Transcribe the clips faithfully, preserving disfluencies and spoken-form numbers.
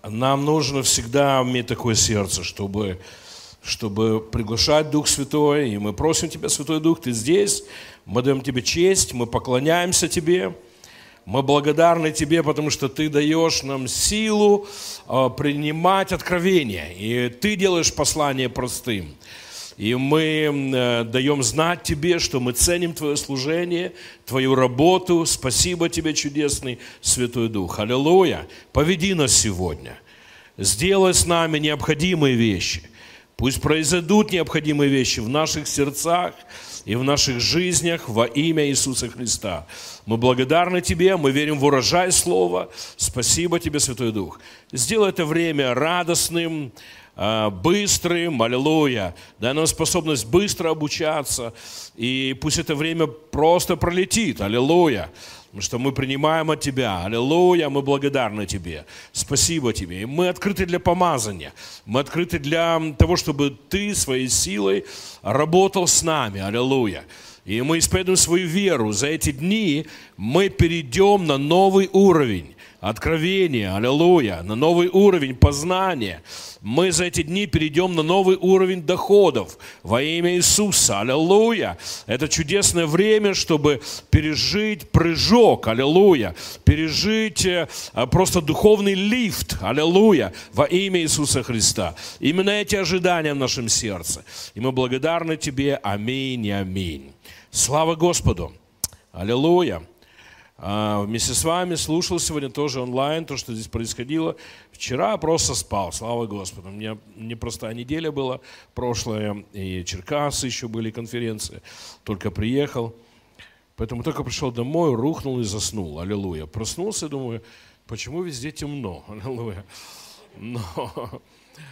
Нам нужно всегда иметь такое сердце, чтобы, чтобы приглашать Дух Святой. И мы просим Тебя, Святой Дух, Ты здесь. Мы даем Тебе честь, мы поклоняемся Тебе. Мы благодарны Тебе, потому что Ты даешь нам силу принимать откровения. И Ты делаешь послание простым. И мы даем знать Тебе, что мы ценим Твое служение, Твою работу. Спасибо Тебе, чудесный Святой Дух. Аллилуйя. Поведи нас сегодня. Сделай с нами необходимые вещи. Пусть произойдут необходимые вещи в наших сердцах и в наших жизнях во имя Иисуса Христа. Мы благодарны Тебе, мы верим в урожай Слова. Спасибо Тебе, Святой Дух. Сделай это время радостным, быстрым, аллилуйя. Дай нам способность быстро обучаться, и пусть это время просто пролетит, аллилуйя. Потому что мы принимаем от Тебя, аллилуйя, мы благодарны Тебе. Спасибо Тебе. И мы открыты для помазания, мы открыты для того, чтобы Ты своей силой работал с нами, аллилуйя. И мы исповедуем свою веру. За эти дни мы перейдем на новый уровень откровения, аллилуйя, на новый уровень познания. Мы за эти дни перейдем на новый уровень доходов во имя Иисуса, аллилуйя. Это чудесное время, чтобы пережить прыжок, аллилуйя, пережить просто духовный лифт, аллилуйя, во имя Иисуса Христа. Именно эти ожидания в нашем сердце. И мы благодарны Тебе, аминь и аминь. Слава Господу, аллилуйя. Вместе с вами слушал сегодня тоже онлайн то, что здесь происходило. Вчера просто спал, слава Господу. У меня непростая неделя была прошлая, и Черкассы еще были конференции. Только приехал, поэтому только пришел домой, рухнул и заснул, аллилуйя. Проснулся, думаю, почему везде темно, аллилуйя. Но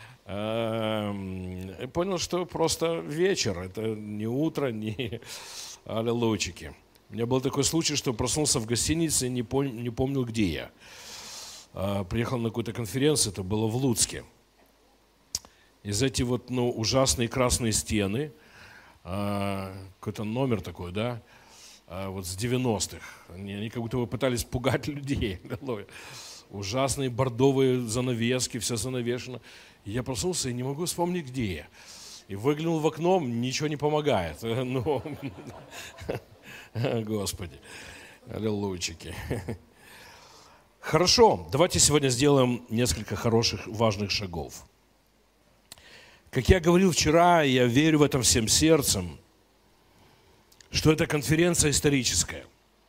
э, понял, что просто вечер, это не утро, не аллилуйчики. У меня был такой случай, что проснулся в гостинице и не, пом- не помнил, где я. А, приехал на какую-то конференцию, это было в Луцке. Из этих вот, ну, ужасные красные стены, а, какой-то номер такой, да, а, вот с девяностых. Они, они как будто бы пытались пугать людей. Ужасные бордовые занавески, все занавешено. И я проснулся и не могу вспомнить, где я. И выглянул в окно, ничего не помогает. Ну... Господи, аллилуйчики. Хорошо, давайте сегодня сделаем несколько хороших, важных шагов. Как я говорил вчера, я верю в этом всем сердцем, что эта конференция историческая.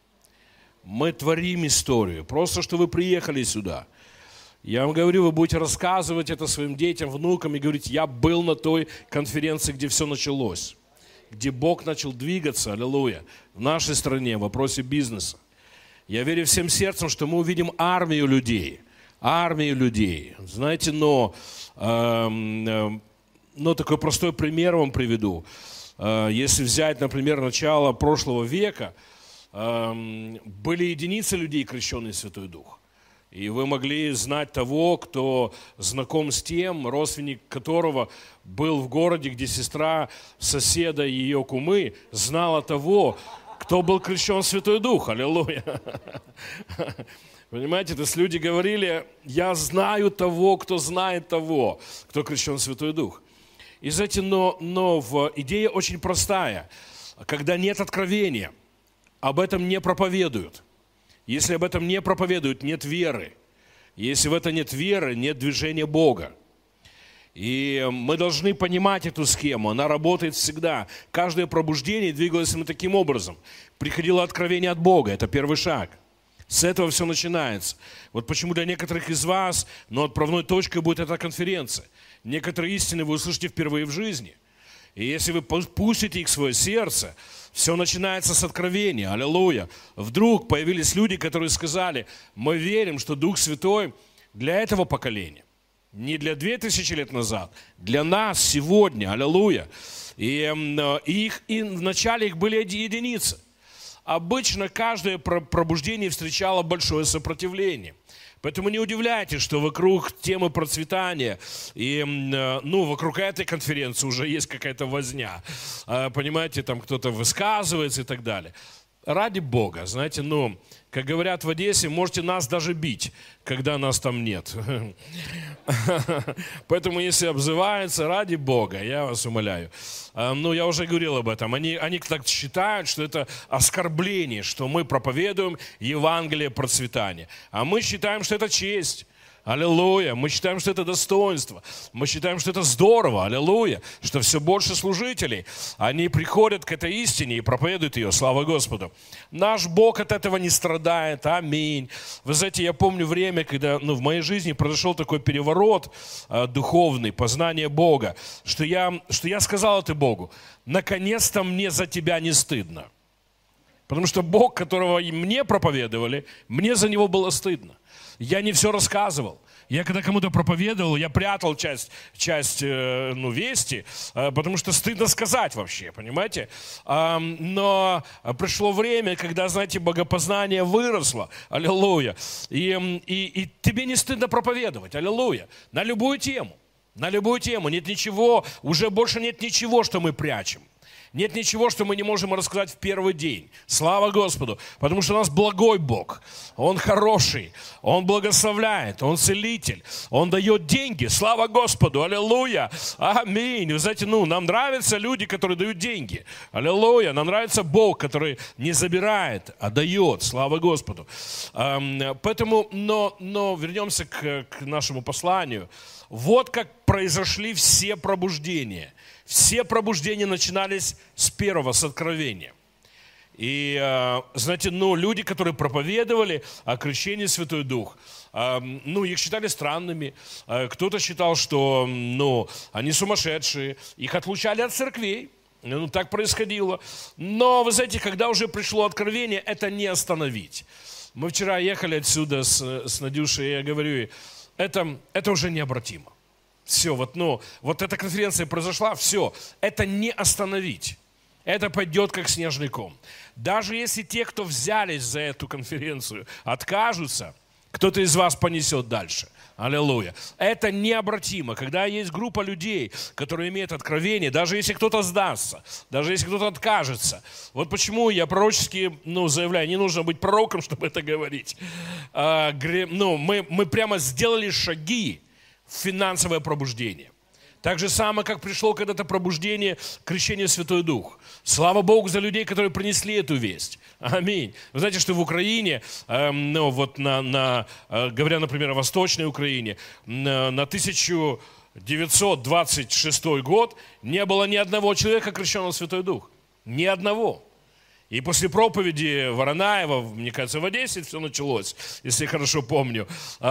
Мы творим историю. Просто, что вы приехали сюда. Я вам говорю, вы будете рассказывать это своим детям, внукам и говорить, я был на той конференции, где все началось. Где Бог начал двигаться, аллилуйя, в нашей стране, в вопросе бизнеса. Я верю всем сердцем, что мы увидим армию людей, армию людей. Знаете, но, э, э, но такой простой пример вам приведу. Э, если взять, например, начало прошлого века, э, были единицы людей, крещенные в Святой Дух. И вы могли знать того, кто знаком с тем, родственник которого был в городе, где сестра соседа ее кумы знала того, кто был крещен в Святой Дух. Аллилуйя. Понимаете, то есть люди говорили, я знаю того, кто знает того, кто крещен в Святой Дух. И знаете, но, но в, идея очень простая. Когда нет откровения, об этом не проповедуют. Если об этом не проповедуют, нет веры. Если в это нет веры, нет движения Бога. И мы должны понимать эту схему. Она работает всегда. Каждое пробуждение двигалось именно таким образом. Приходило откровение от Бога. Это первый шаг. С этого все начинается. Вот почему для некоторых из вас, но отправной точкой будет эта конференция. Некоторые истины вы услышите впервые в жизни. И если вы пустите их в свое сердце, все начинается с откровения. Аллилуйя. Вдруг появились люди, которые сказали, мы верим, что Дух Святой для этого поколения. Не для две тысячи лет назад, для нас сегодня. Аллилуйя. И, и, их, и вначале их были единицы. Обычно каждое пробуждение встречало большое сопротивление. Поэтому не удивляйтесь, что вокруг темы процветания и, ну, вокруг этой конференции уже есть какая-то возня. Понимаете, там кто-то высказывается и так далее. ради Бога, знаете, ну, как говорят в Одессе, можете нас даже бить, когда нас там нет. Поэтому, если обзываются, ради Бога, я вас умоляю. Ну, я уже говорил об этом. Они, они так считают, что это оскорбление, что мы проповедуем Евангелие процветания. А мы считаем, что это честь. Аллилуйя. Мы считаем, что это достоинство. Мы считаем, что это здорово. Аллилуйя. Что все больше служителей, они приходят к этой истине и проповедуют ее. Слава Господу. Наш Бог от этого не страдает. Аминь. Вы знаете, я помню время, когда ну, в моей жизни произошел такой переворот э, духовный, познание Бога, что я, что я сказал это Богу: наконец-то мне за тебя не стыдно. Потому что Бог, которого мне проповедовали, мне за него было стыдно. Я не все рассказывал. Я когда кому-то проповедовал, я прятал часть, часть э, ну, вести, э, потому что стыдно сказать вообще, понимаете? Э, но пришло время, когда, знаете, богопознание выросло, аллилуйя, и, и, и тебе не стыдно проповедовать, аллилуйя, на любую тему, на любую тему. Нет ничего, уже больше нет ничего, что мы прячем. Нет ничего, что мы не можем рассказать в первый день. Слава Господу. Потому что у нас благой Бог. Он хороший. Он благословляет. Он целитель. Он дает деньги. Слава Господу. Аллилуйя. Аминь. Вы знаете, ну, нам нравятся люди, которые дают деньги. Аллилуйя. Нам нравится Бог, который не забирает, а дает. Слава Господу. Поэтому, но, но вернемся к, к нашему посланию. Вот как произошли все пробуждения. Все пробуждения начинались с первого, с откровения. И, знаете, ну, люди, которые проповедовали о крещении Святой Дух, ну, их считали странными. Кто-то считал, что, ну, они сумасшедшие. Их отлучали от церквей. Ну, так происходило. Но, вы знаете, когда уже пришло откровение, это не остановить. Мы вчера ехали отсюда с, с Надюшей, и я говорю, это, это уже необратимо. Все, вот, ну, вот эта конференция произошла, все, это не остановить. Это пойдет как снежный ком. Даже если те, кто взялись за эту конференцию, откажутся, кто-то из вас понесет дальше. Аллилуйя. Это необратимо. Когда есть группа людей, которые имеют откровение, даже если кто-то сдастся, даже если кто-то откажется. Вот почему я пророчески ну, заявляю, не нужно быть пророком, чтобы это говорить. А, гре, ну, мы, мы прямо сделали шаги в финансовое пробуждение. Так же самое, как пришло когда-то пробуждение крещения Святой Дух. Слава Богу за людей, которые принесли эту весть. Аминь. Вы знаете, что в Украине, э, ну, вот на, на, э, говоря, например, о Восточной Украине, на, на тысяча девятьсот двадцать шестой год не было ни одного человека, крещенного Святой Дух. Ни одного. И после проповеди Воронаева, мне кажется, в Одессе все началось, если я хорошо помню,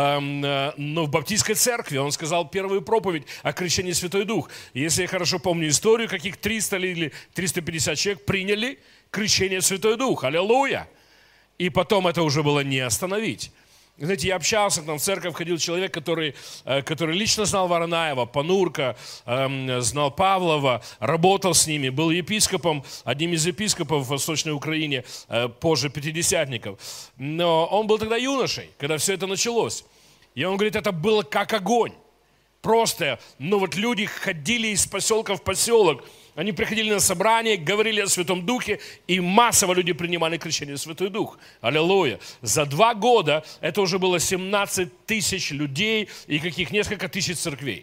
но в Баптистской церкви он сказал первую проповедь о крещении Святой Дух. И если я хорошо помню историю, каких триста или триста пятьдесят человек приняли крещение Святой Дух. Аллилуйя! И потом это уже было не остановить. Знаете, я общался, к нам в церковь ходил человек, который, который лично знал Воронаева, Панурка, знал Павлова, работал с ними, был епископом, одним из епископов в Восточной Украине, позже пятидесятников. Но он был тогда юношей, когда все это началось. И он говорит, это было как огонь. Просто, ну вот люди ходили из поселка в поселок, они приходили на собрание, говорили о Святом Духе, и массово люди принимали крещение в Святой Дух. Аллилуйя. За два года это уже было семнадцать тысяч людей и каких несколько тысяч церквей.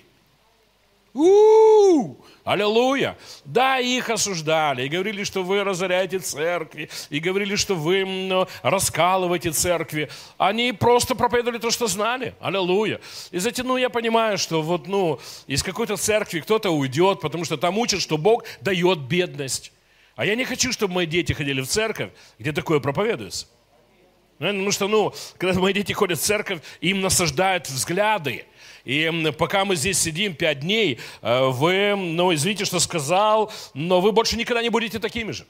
У-у-у! Аллилуйя! Да, их осуждали, и говорили, что вы разоряете церкви, и говорили, что вы ну, раскалываете церкви. Они просто проповедовали то, что знали. Аллилуйя! И знаете, ну, я понимаю, что вот, ну, из какой-то церкви кто-то уйдет, потому что там учат, что Бог дает бедность. А я не хочу, чтобы мои дети ходили в церковь, где такое проповедуется. Потому что, ну, когда мои дети ходят в церковь, им насаждают взгляды. И пока мы здесь сидим пять дней, вы, ну, извините, что сказал, но вы больше никогда не будете такими же.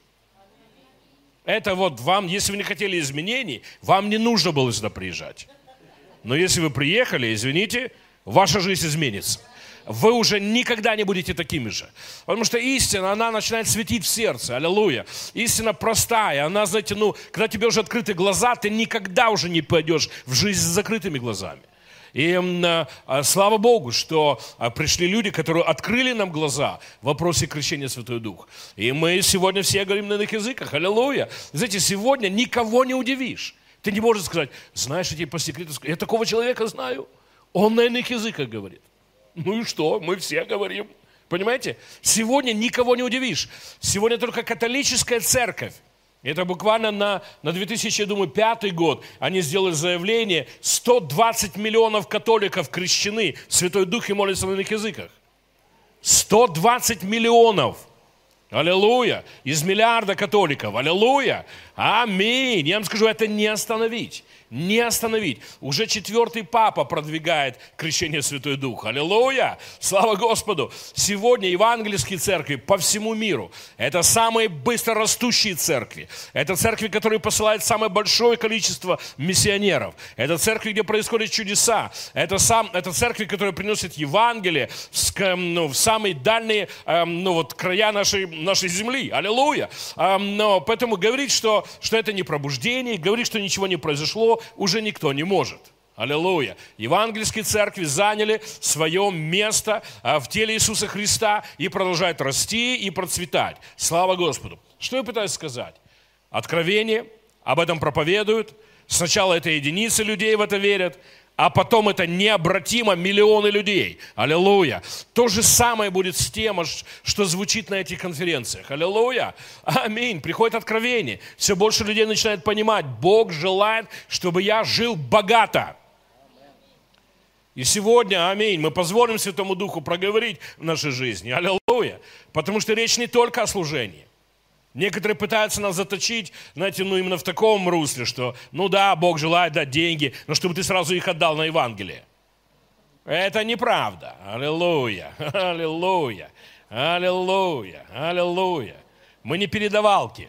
Это вот вам, если вы не хотели изменений, вам не нужно было сюда приезжать. Но если вы приехали, извините, ваша жизнь изменится. Вы уже никогда не будете такими же. Потому что истина, она начинает светить в сердце. Аллилуйя. Истина простая. Она, знаете, ну, когда тебе уже открыты глаза, ты никогда уже не пойдешь в жизнь с закрытыми глазами. И э, э, слава Богу, что э, пришли люди, которые открыли нам глаза в вопросе крещения Святой Дух. И мы сегодня все говорим на иных языках. Аллилуйя. Знаете, сегодня никого не удивишь. Ты не можешь сказать, знаешь, я тебе по секрету скажу, я такого человека знаю. Он на иных языках говорит. Ну и что? Мы все говорим. Понимаете? Сегодня никого не удивишь. Сегодня только католическая церковь. Это буквально на, на две тысячи, я думаю, пятый год они сделали заявление, сто двадцать миллионов католиков крещены в Святой Дух и молятся на иных языках. сто двадцать миллионов. Аллилуйя. Из миллиарда католиков. Аллилуйя. Аминь. Я вам скажу, это не остановить. Не остановить. Уже четвертый папа продвигает крещение Святой Дух. Аллилуйя! Слава Господу! Сегодня евангельские церкви по всему миру – это самые быстро растущие церкви. Это церкви, которые посылают самое большое количество миссионеров. Это церкви, где происходят чудеса. Это, сам, это церкви, которые приносят Евангелие в, ну, в самые дальние эм, ну, вот, края нашей, нашей земли. Аллилуйя! Эм, но поэтому говорить, что, что это не пробуждение, говорить, что ничего не произошло, уже никто не может. Аллилуйя. Евангельские церкви заняли свое место в теле Иисуса Христа и продолжают расти и процветать. Слава Господу. Что я пытаюсь сказать? Откровение, об этом проповедуют. Сначала это единицы людей в это верят, а потом это необратимо миллионы людей. Аллилуйя. То же самое будет с тем, что звучит на этих конференциях. Аллилуйя. Аминь. Приходит откровение. Все больше людей начинают понимать, Бог желает, чтобы я жил богато. И сегодня, аминь, мы позволим Святому Духу проговорить в нашей жизни. Аллилуйя. Потому что речь не только о служении. Некоторые пытаются нас заточить, знаете, ну именно в таком русле, что, ну да, Бог желает дать деньги, но чтобы ты сразу их отдал на Евангелие. Это неправда. Аллилуйя, аллилуйя, аллилуйя, аллилуйя. Мы не передавалки.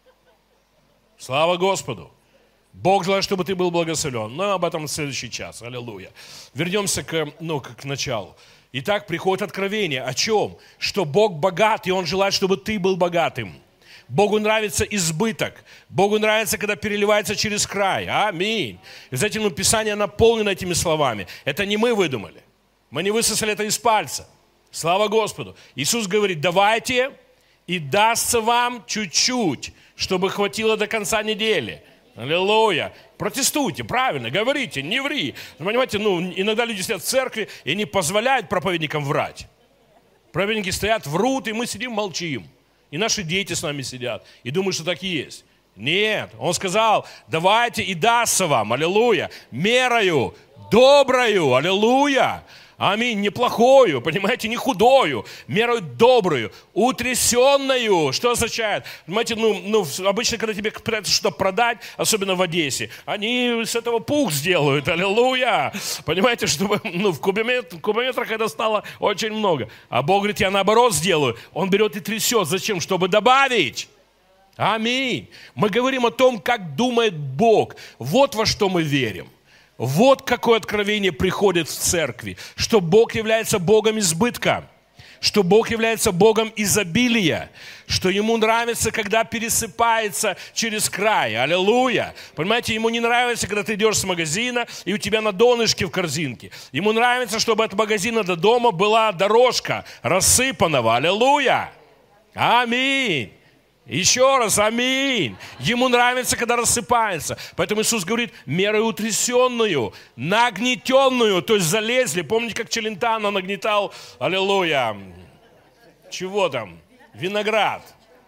Слава Господу. Бог желает, чтобы ты был благословен. Но об этом в следующий час. Аллилуйя. Вернемся к, ну, к началу. Итак, приходит откровение. О чем? Что Бог богат, и Он желает, чтобы ты был богатым. Богу нравится избыток. Богу нравится, когда переливается через край. Аминь. И за этим Писание наполнено этими словами. Это не мы выдумали. Мы не высосали это из пальца. Слава Господу. Иисус говорит, давайте, и дастся вам чуть-чуть, чтобы хватило до конца недели. Аллилуйя. Протестуйте, правильно, говорите, не ври. Понимаете, ну, иногда люди сидят в церкви и не позволяют проповедникам врать. Проповедники стоят, врут, и мы сидим, молчим. И наши дети с нами сидят и думают, что так и есть. Нет, Он сказал, давайте и дастся вам, аллилуйя, мерою, доброю, аллилуйя. Аминь, не плохою, понимаете, не худою, мерою добрую, утрясенную. Что означает? Понимаете, ну, ну, обычно, когда тебе пытаются что-то продать, особенно в Одессе, они с этого пух сделают, аллилуйя. Понимаете, чтобы ну, в, кубометр, в кубометрах это стало очень много. А Бог говорит, я наоборот сделаю. Он берет и трясет. Зачем? Чтобы добавить. Аминь. Мы говорим о том, как думает Бог. Вот во что мы верим. Вот какое откровение приходит в церкви, что Бог является Богом избытка, что Бог является Богом изобилия, что Ему нравится, когда пересыпается через край. Аллилуйя! Понимаете, Ему не нравится, когда ты идешь с магазина, и у тебя на донышке в корзинке. Ему нравится, чтобы от магазина до дома была дорожка рассыпанного. Аллилуйя! Аминь! Еще раз, аминь. Ему нравится, когда рассыпается. Поэтому Иисус говорит, мерой утрясенную, нагнетенную, то есть залезли. Помните, как Челентано нагнетал, аллилуйя, чего там? Виноград.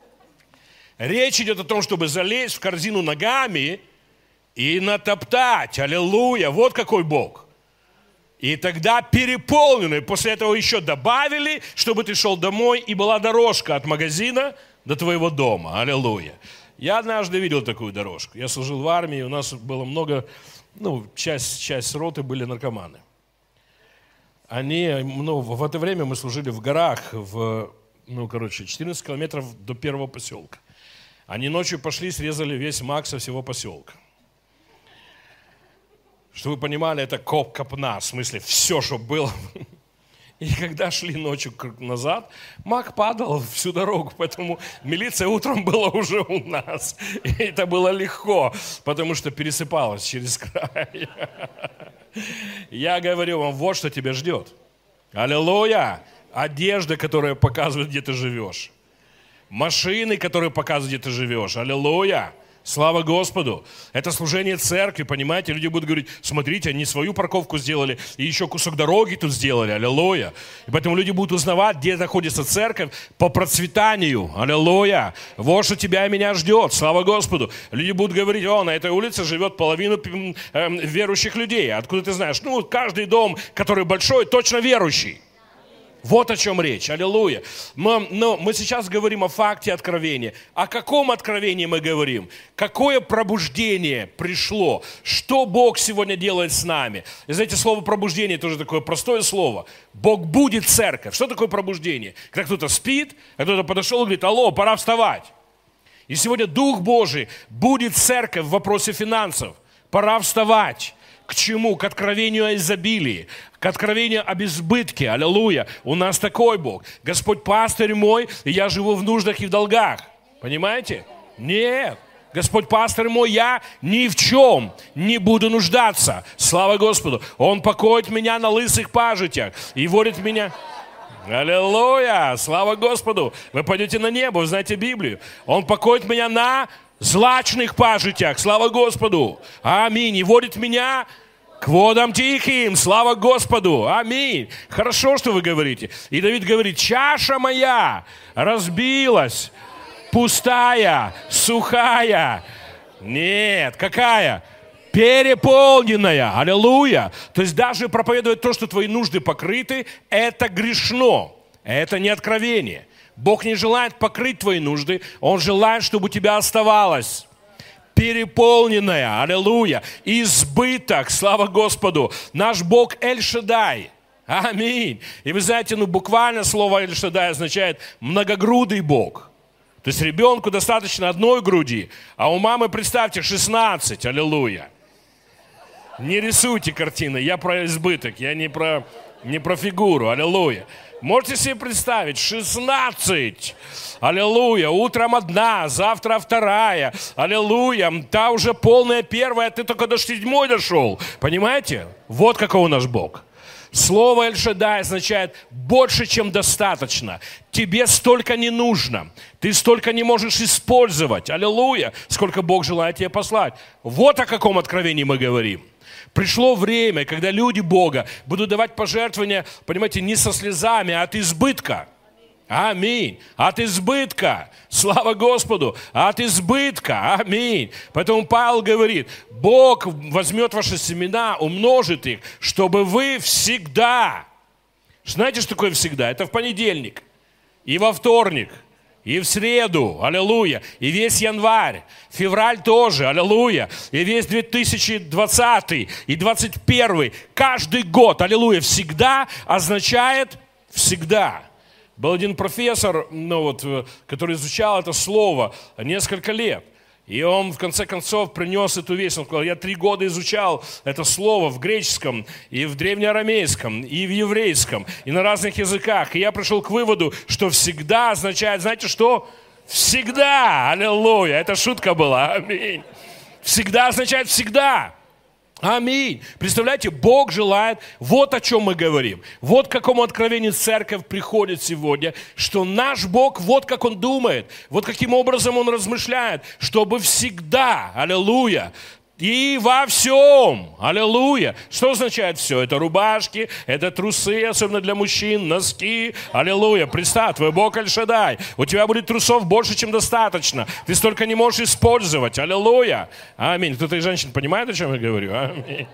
Речь идет о том, чтобы залезть в корзину ногами и натоптать, аллилуйя. Вот какой Бог. И тогда переполненный, после этого еще добавили, чтобы ты шел домой, и была дорожка от магазина до твоего дома. Аллилуйя. Я однажды видел такую дорожку. Я служил в армии, у нас было много, ну, часть, часть роты были наркоманы. Они, ну, в это время мы служили в горах, в, ну, короче, четырнадцать километров до первого поселка. Они ночью пошли, срезали весь мак со всего поселка. Чтобы вы понимали, это коп-копна, в смысле, все, что было. И когда шли ночью назад, мак падал всю дорогу, поэтому милиция утром была уже у нас. И это было легко, потому что пересыпалось через край. Я говорю вам, вот что тебя ждет. Аллилуйя! Одежда, которая показывает, где ты живешь. Машины, которые показывают, где ты живешь. Аллилуйя! Слава Господу! Это служение церкви, понимаете? Люди будут говорить, смотрите, они свою парковку сделали, и еще кусок дороги тут сделали. Аллилуйя! И поэтому люди будут узнавать, где находится церковь по процветанию. Аллилуйя! Вот что тебя и меня ждет. Слава Господу! Люди будут говорить, о, на этой улице живет половина э, верующих людей. Откуда ты знаешь? Ну, каждый дом, который большой, точно верующий. Вот о чем речь. Аллилуйя. Мы, но мы сейчас говорим о факте откровения. О каком откровении мы говорим? Какое пробуждение пришло? Что Бог сегодня делает с нами? И знаете, слово пробуждение тоже такое простое слово. Бог будет церковь. Что такое пробуждение? Когда кто-то спит, а кто-то подошел и говорит, алло, пора вставать. И сегодня Дух Божий будет церковь в вопросе финансов. Пора вставать. К чему? К откровению о изобилии, к откровению об избытке. Аллилуйя. У нас такой Бог. Господь пастырь мой, и я живу в нуждах и в долгах. Понимаете? Нет. Господь пастырь мой, я ни в чем не буду нуждаться. Слава Господу. Он покоит меня на лысых пажитях и водит меня... Аллилуйя! Слава Господу! Вы пойдете на небо, вы знаете Библию. Он покоит меня на злачных пажитях. Слава Господу! Аминь! И водит меня к водам тихим. Слава Господу! Аминь! Хорошо, что вы говорите. И Давид говорит, чаша моя разбилась, пустая, сухая. Нет, какая? Переполненная. Аллилуйя. То есть даже проповедовать то, что твои нужды покрыты, это грешно. Это не откровение. Бог не желает покрыть твои нужды. Он желает, чтобы у тебя оставалось переполненная. Аллилуйя. Избыток. Слава Господу. Наш Бог Эль-Шадай. Аминь. И вы знаете, ну буквально слово Эль-Шадай означает многогрудый Бог. То есть ребенку достаточно одной груди, а у мамы, представьте, шестнадцать. Аллилуйя. Не рисуйте картины, я про избыток, я не про, не про фигуру, аллилуйя. Можете себе представить, шестнадцать, аллилуйя, утром одна, завтра вторая, аллилуйя, та уже полная первая, ты только до седьмой дошел, понимаете? Вот какой наш Бог. Слово Эль-Шадай означает больше, чем достаточно. Тебе столько не нужно. Ты столько не можешь использовать. Аллилуйя. Сколько Бог желает тебе послать. Вот о каком откровении мы говорим. Пришло время, когда люди Бога будут давать пожертвования, понимаете, не со слезами, а от избытка. Аминь. От избытка. Слава Господу. От избытка. Аминь. Поэтому Павел говорит, Бог возьмет ваши семена, умножит их, чтобы вы всегда... Знаете, что такое всегда? Это в понедельник, и во вторник, и в среду, аллилуйя, и весь январь, февраль тоже, аллилуйя, и весь две тысячи двадцатый и двадцать первый, каждый год, аллилуйя, всегда означает всегда. Был один профессор, ну вот, который изучал это слово несколько лет. И он, в конце концов, принес эту вещь. Он сказал, я три года изучал это слово в греческом, и в древнеарамейском, и в еврейском, и на разных языках. И я пришел к выводу, что всегда означает, знаете что? Всегда. Аллилуйя. Это шутка была. Аминь. Всегда означает всегда. Аминь. Представляете, Бог желает, вот о чем мы говорим. Вот к какому откровению церковь приходит сегодня, что наш Бог, вот как Он думает, вот каким образом Он размышляет, чтобы всегда, аллилуйя, и во всем, аллилуйя. Что означает все? Это рубашки, это трусы, особенно для мужчин, носки, аллилуйя. Представь, твой Бог Эль-Шадай, у тебя будет трусов больше, чем достаточно. Ты столько не можешь использовать, аллилуйя. Аминь. Кто-то из женщин понимает, о чем я говорю? Аминь.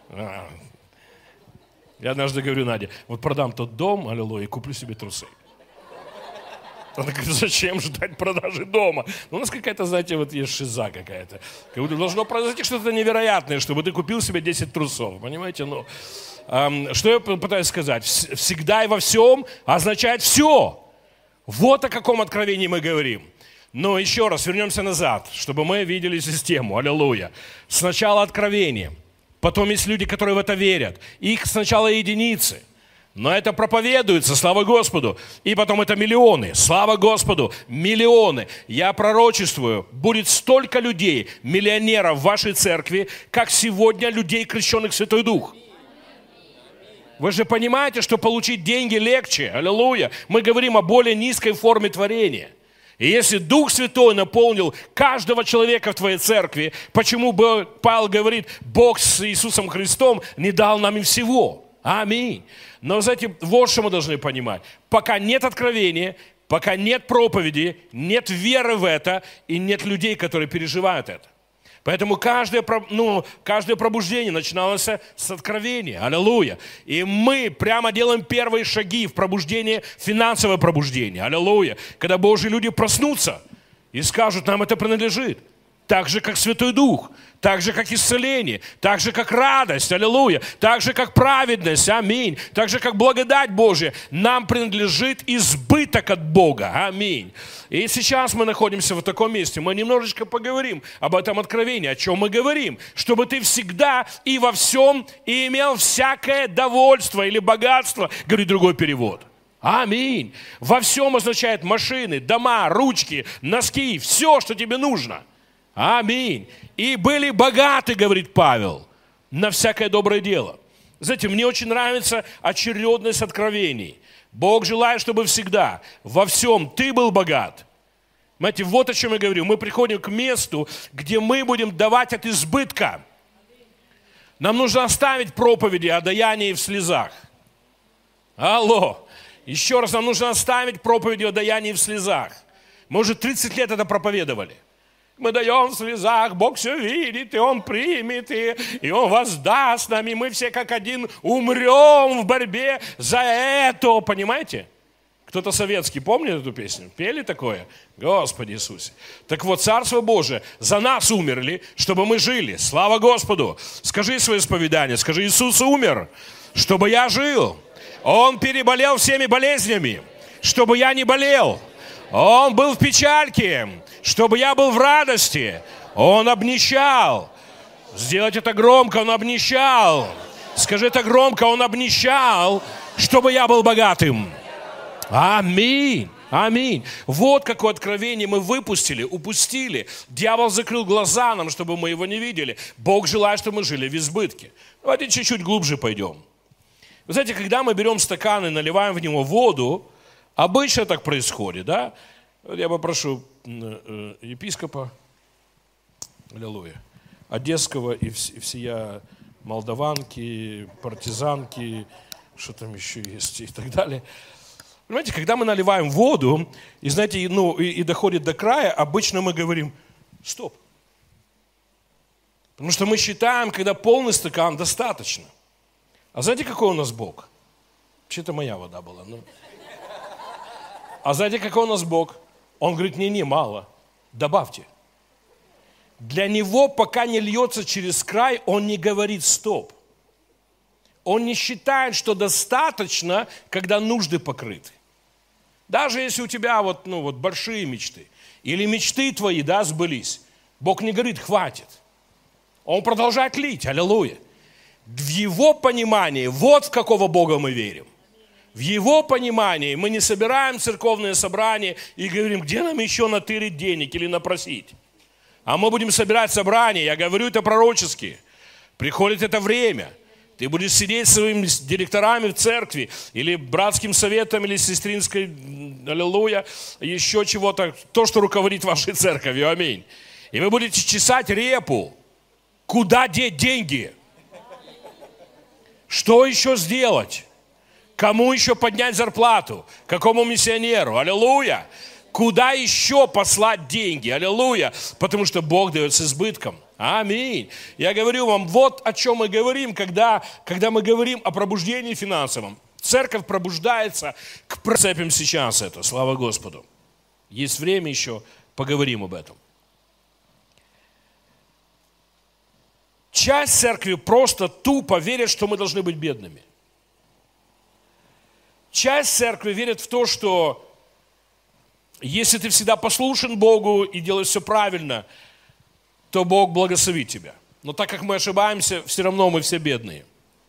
Я однажды говорю Наде, вот продам тот дом, аллилуйя, и куплю себе трусы. Она говорит, зачем ждать продажи дома? Ну, у нас какая-то, знаете, вот есть шиза какая-то. Должно произойти что-то невероятное, чтобы ты купил себе десять трусов. Понимаете? Ну, эм, что я пытаюсь сказать? Всегда и во всем означает все. Вот о каком откровении мы говорим. Но еще раз, вернемся назад, чтобы мы видели систему. Аллилуйя. Сначала откровение. Потом есть люди, которые в это верят. Их сначала единицы. Но это проповедуется, слава Господу. И потом это миллионы, слава Господу, миллионы. Я пророчествую, будет столько людей, миллионеров в вашей церкви, как сегодня людей, крещенных в Святой Дух. Вы же понимаете, что получить деньги легче. Аллилуйя. Мы говорим о более низкой форме творения. И если Дух Святой наполнил каждого человека в твоей церкви, почему бы Павел говорит, Бог с Иисусом Христом не дал нам и всего? Аминь. Но, знаете, вот что мы должны понимать. Пока нет откровения, пока нет проповеди, нет веры в это, и нет людей, которые переживают это. Поэтому каждое, ну, каждое пробуждение начиналось с откровения. Аллилуйя. И мы прямо делаем первые шаги в пробуждение, финансовое пробуждение. Аллилуйя. Когда Божьи люди проснутся и скажут, нам это принадлежит. Так же, как Святой Дух, так же, как исцеление, так же, как радость, аллилуйя, так же, как праведность, аминь, так же, как благодать Божья, нам принадлежит избыток от Бога, аминь. И сейчас мы находимся в таком месте, мы немножечко поговорим об этом откровении, о чем мы говорим, чтобы ты всегда и во всем и имел всякое довольство или богатство, говорит другой перевод. Аминь. Во всем означает машины, дома, ручки, носки, все, что тебе нужно. Аминь. И были богаты, говорит Павел, на всякое доброе дело. Знаете, мне очень нравится очередность откровений. Бог желает, чтобы всегда, во всем ты был богат. Знаете, вот о чем я говорю. Мы приходим к месту, где мы будем давать от избытка. Нам нужно оставить проповеди о даянии в слезах. Алло. Еще раз, нам нужно оставить проповеди о даянии в слезах. Мы уже тридцать лет это проповедовали. Мы даем в слезах, Бог все видит, и Он примет, и, и Он воздаст нам, и мы все как один умрем в борьбе за это. Понимаете? Кто-то советский помнит эту песню? Пели такое? Господи Иисусе. Так вот, Царство Божие за нас умерли, чтобы мы жили. Слава Господу. Скажи свое исповедание, скажи, Иисус умер, чтобы я жил. Он переболел всеми болезнями, чтобы я не болел. Он был в печальке, чтобы я был в радости. Он обнищал. Сделать это громко, Он обнищал. Скажи это громко, Он обнищал, чтобы я был богатым. Аминь. Аминь. Вот какое откровение мы выпустили, упустили. Дьявол закрыл глаза нам, чтобы мы его не видели. Бог желает, чтобы мы жили в избытке. Давайте чуть-чуть глубже пойдем. Вы знаете, когда мы берем стакан и наливаем в него воду, обычно так происходит, да? Я попрошу епископа, аллилуйя, одесского и всея молдаванки, партизанки, что там еще есть и так далее. Понимаете, когда мы наливаем воду, и знаете, ну, и, и доходит до края, обычно мы говорим, стоп. Потому что мы считаем, когда полный стакан, достаточно. А знаете, какой у нас Бог? Вообще-то моя вода была. Ну. А знаете, какой у нас Бог? Он говорит, не-не, мало, добавьте. Для Него, пока не льется через край, Он не говорит стоп. Он не считает, что достаточно, когда нужды покрыты. Даже если у тебя вот, ну, вот большие мечты, или мечты твои, да, сбылись, Бог не говорит, хватит. Он продолжает лить, аллилуйя. В Его понимании, вот в какого Бога мы верим. В Его понимании мы не собираем церковные собрания и говорим, где нам еще натырить денег или напросить. А мы будем собирать собрания, я говорю это пророчески. Приходит это время. Ты будешь сидеть с своими директорами в церкви, или братским советом, или сестринской, аллилуйя, еще чего-то, то, что руководит вашей церковью, аминь. И вы будете чесать репу. Куда деть деньги? Что еще сделать? Кому еще поднять зарплату? Какому миссионеру? Аллилуйя! Куда еще послать деньги? Аллилуйя! Потому что Бог дает с избытком. Аминь. Я говорю вам, вот о чем мы говорим, когда, когда мы говорим о пробуждении финансовом. Церковь пробуждается, к прицепим сейчас это, слава Господу. Есть время еще, поговорим об этом. Часть церкви просто тупо верит, что мы должны быть бедными. Часть церкви верит в то, что если ты всегда послушен Богу и делаешь все правильно, то Бог благословит тебя. Но так как мы ошибаемся, все равно мы все бедные.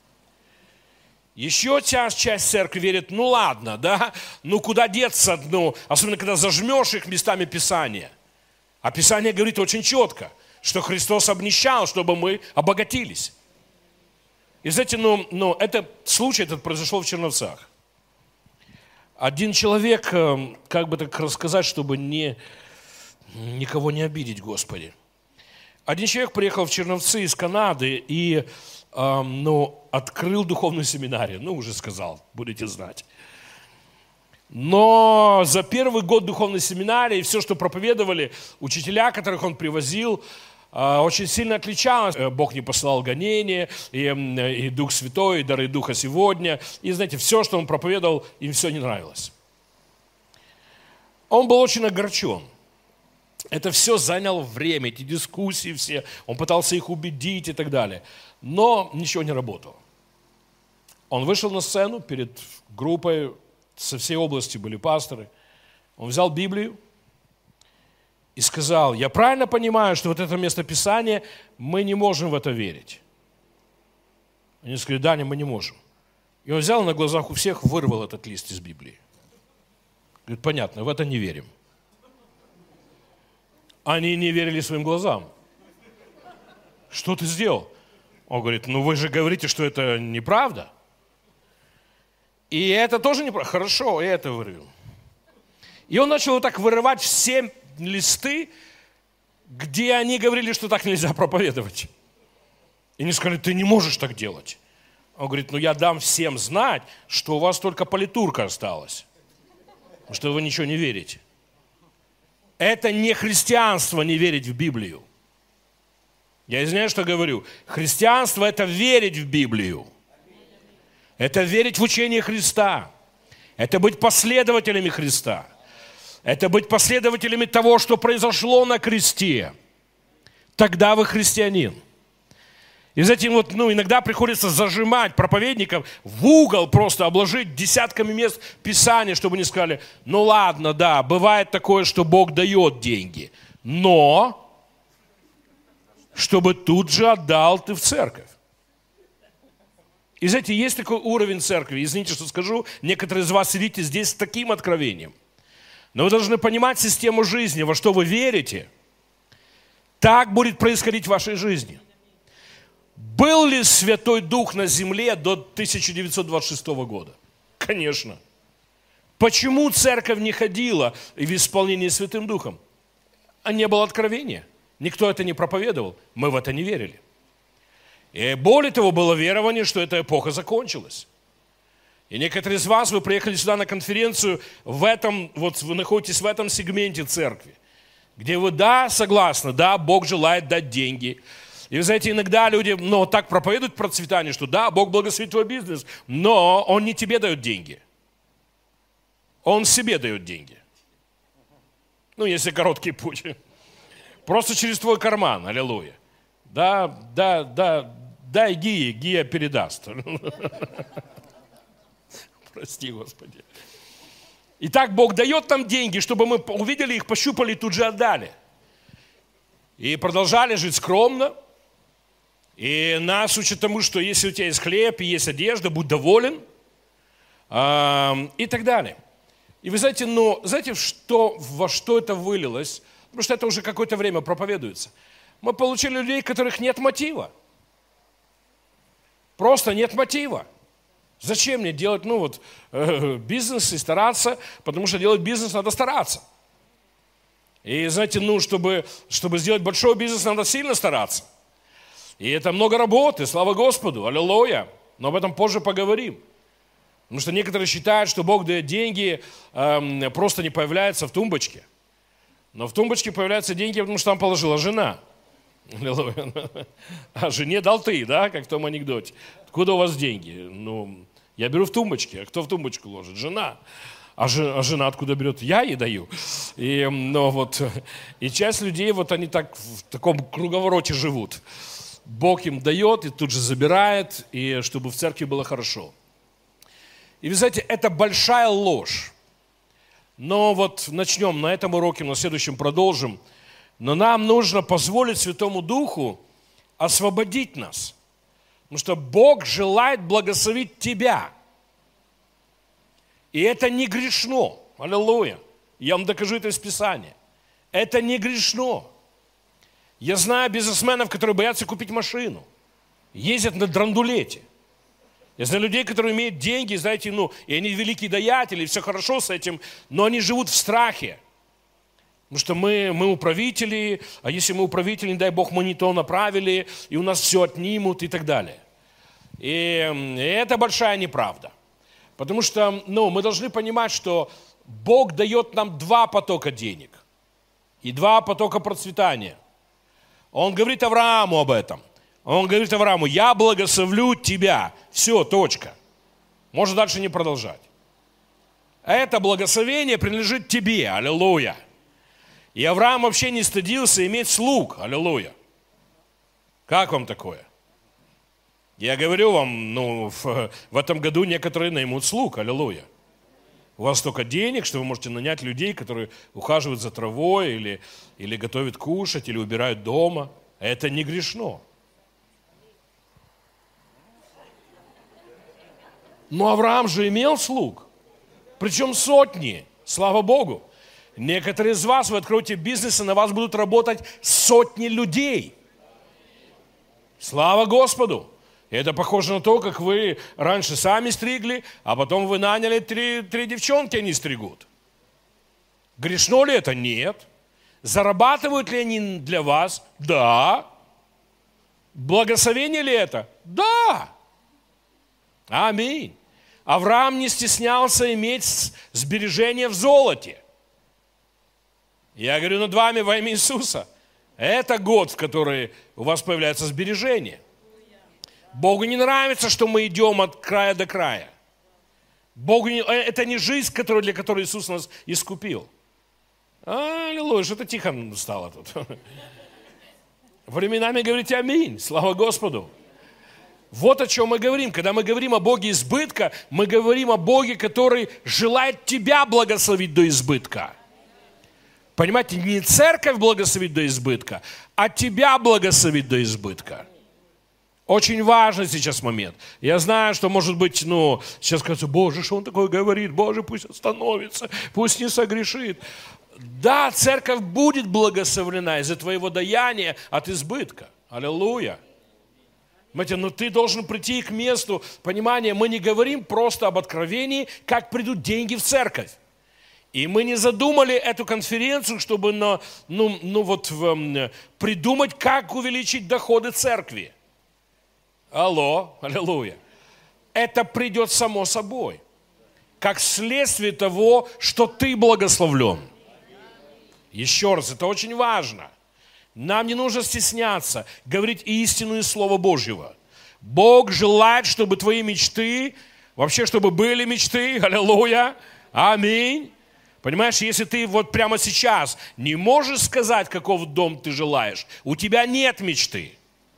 Еще часть, часть церкви верит, ну ладно, да, ну куда деться, ну, особенно когда зажмешь их местами Писания. А Писание говорит очень четко, что Христос обнищал, чтобы мы обогатились. И знаете, ну, ну, этот случай этот произошел в Черновцах. Один человек, как бы так рассказать, чтобы не, никого не обидеть, Господи. Один человек приехал в Черновцы из Канады и э, ну, открыл духовную семинарию. Ну, уже сказал, будете знать. Но за первый год духовной семинарии все, что проповедовали учителя, которых он привозил, э, очень сильно отличалось. Бог не посылал гонения, и, и Дух Святой, и дары Духа сегодня. И, знаете, все, что он проповедовал, им все не нравилось. Он был очень огорчен. Это все заняло время, эти дискуссии все. Он пытался их убедить и так далее. Но ничего не работало. Он вышел на сцену перед группой, со всей области были пасторы. Он взял Библию и сказал: я правильно понимаю, что вот это местописание, мы не можем в это верить. Они сказали: да, мы не можем. И он взял на глазах у всех, вырвал этот лист из Библии. Говорит: понятно, в это не верим. Они не верили своим глазам. Что ты сделал? Он говорит: ну вы же говорите, что это неправда. И это тоже неправда. Хорошо, и это вырвем. И он начал вот так вырывать все листы, где они говорили, что так нельзя проповедовать. И они сказали: ты не можешь так делать. Он говорит: ну я дам всем знать, что у вас только политурка осталась. Потому что вы ничего не верите. Это не христианство не верить в Библию. Я извиняюсь, что говорю. Христианство – это верить в Библию. Это верить в учение Христа. Это быть последователями Христа. Это быть последователями того, что произошло на кресте. Тогда вы христианин. И затем вот, ну, иногда приходится зажимать проповедников в угол, просто обложить десятками мест Писания, чтобы не сказали: ну ладно, да, бывает такое, что Бог дает деньги, но чтобы тут же отдал ты в церковь. И знаете, есть такой уровень церкви, извините, что скажу, некоторые из вас сидите здесь с таким откровением, но вы должны понимать систему жизни, во что вы верите, так будет происходить в вашей жизни. Был ли Святой Дух на земле до тысяча девятьсот двадцать шестого года? Конечно. Почему церковь не ходила в исполнении Святым Духом? А не было откровения. Никто это не проповедовал. Мы в это не верили. И более того, было верование, что эта эпоха закончилась. И некоторые из вас, вы приехали сюда на конференцию, в этом, вот вы находитесь в этом сегменте церкви, где вы, да, согласны, да, Бог желает дать деньги. И вы знаете, иногда люди, ну, так проповедуют процветание, что да, Бог благословит твой бизнес, но Он не тебе дает деньги. Он себе дает деньги. Ну, если короткий путь. Просто через твой карман, аллилуйя. Да, да, да, дай Гия, Гия передаст. Прости, Господи. Итак, Бог дает нам деньги, чтобы мы увидели их, пощупали и тут же отдали. И продолжали жить скромно. И нас учат тому, что если у тебя есть хлеб и есть одежда, будь доволен. И так далее. И вы знаете, ну, знаете, что, во что это вылилось? Потому что это уже какое-то время проповедуется. Мы получили людей, у которых нет мотива. Просто нет мотива. Зачем мне делать, ну вот, э, бизнес и стараться, потому что делать бизнес надо стараться. И знаете, ну, чтобы, чтобы сделать большой бизнес, надо сильно стараться. И это много работы, слава Господу, аллилуйя. Но об этом позже поговорим. Потому что некоторые считают, что Бог дает деньги, э, просто не появляется в тумбочке. Но в тумбочке появляются деньги, потому что там положила жена. Аллилуйя. А жене дал ты, да, как в том анекдоте. Откуда у вас деньги? Ну, я беру в тумбочке. А кто в тумбочку ложит? Жена. А жена, а жена откуда берет? Я ей даю. И, ну, вот, и часть людей, вот они так в таком круговороте живут. Бог им дает и тут же забирает, и чтобы в церкви было хорошо. И вы знаете, это большая ложь. Но вот начнем на этом уроке, на следующем продолжим. Но нам нужно позволить Святому Духу освободить нас. Потому что Бог желает благословить тебя. И это не грешно. Аллилуйя. Я вам докажу это из Писания. Это не грешно. Я знаю бизнесменов, которые боятся купить машину. Ездят на драндулете. Я знаю людей, которые имеют деньги, знаете, ну, и они великие даятели, все хорошо с этим, но они живут в страхе. Потому что мы, мы управители, а если мы управители, не дай Бог, мы не то направили, и у нас все отнимут и так далее. И, и это большая неправда. Потому что ну, мы должны понимать, что Бог дает нам два потока денег и два потока процветания. Он говорит Аврааму об этом. Он говорит Аврааму: я благословлю тебя. Все, точка. Можно дальше не продолжать. Это благословение принадлежит тебе. Аллилуйя. И Авраам вообще не стыдился иметь слуг. Аллилуйя. Как вам такое? Я говорю вам, ну, в, в этом году некоторые наймут слуг. Аллилуйя. У вас столько денег, что вы можете нанять людей, которые ухаживают за травой, или, или готовят кушать, или убирают дома. Это не грешно. Но Авраам же имел слуг, причем сотни, слава Богу. Некоторые из вас, вы откроете бизнес, и на вас будут работать сотни людей. Слава Господу. И это похоже на то, как вы раньше сами стригли, а потом вы наняли три, три девчонки, они стригут. Грешно ли это? Нет. Зарабатывают ли они для вас? Да. Благословение ли это? Да. Аминь. Авраам не стеснялся иметь сбережения в золоте. Я говорю над вами во имя Иисуса. Это год, в который у вас появляется сбережение. Богу не нравится, что мы идем от края до края. Богу не, это не жизнь, которую, для которой Иисус нас искупил. Аллилуйя, что-то тихо стало тут. Временами говорите аминь, слава Господу. Вот о чем мы говорим. Когда мы говорим о Боге избытка, мы говорим о Боге, который желает тебя благословить до избытка. Понимаете, не церковь благословить до избытка, а тебя благословить до избытка. Очень важный сейчас момент. Я знаю, что, может быть, ну, сейчас скажется: Боже, что он такое говорит? Боже, пусть остановится, пусть не согрешит. Да, церковь будет благословлена из-за твоего даяния от избытка. Аллилуйя. Понимаете, но ты должен прийти к месту понимания. Мы не говорим просто об откровении, как придут деньги в церковь. И мы не задумали эту конференцию, чтобы ну, ну, ну, вот, придумать, как увеличить доходы церкви. Алло, аллилуйя. Это придет само собой, как следствие того, что ты благословлен. Еще раз, это очень важно. Нам не нужно стесняться говорить истину из Слова Божьего. Бог желает, чтобы твои мечты, вообще, чтобы были мечты, аллилуйя, аминь. Понимаешь, если ты вот прямо сейчас не можешь сказать, каков дом ты желаешь, у тебя нет мечты.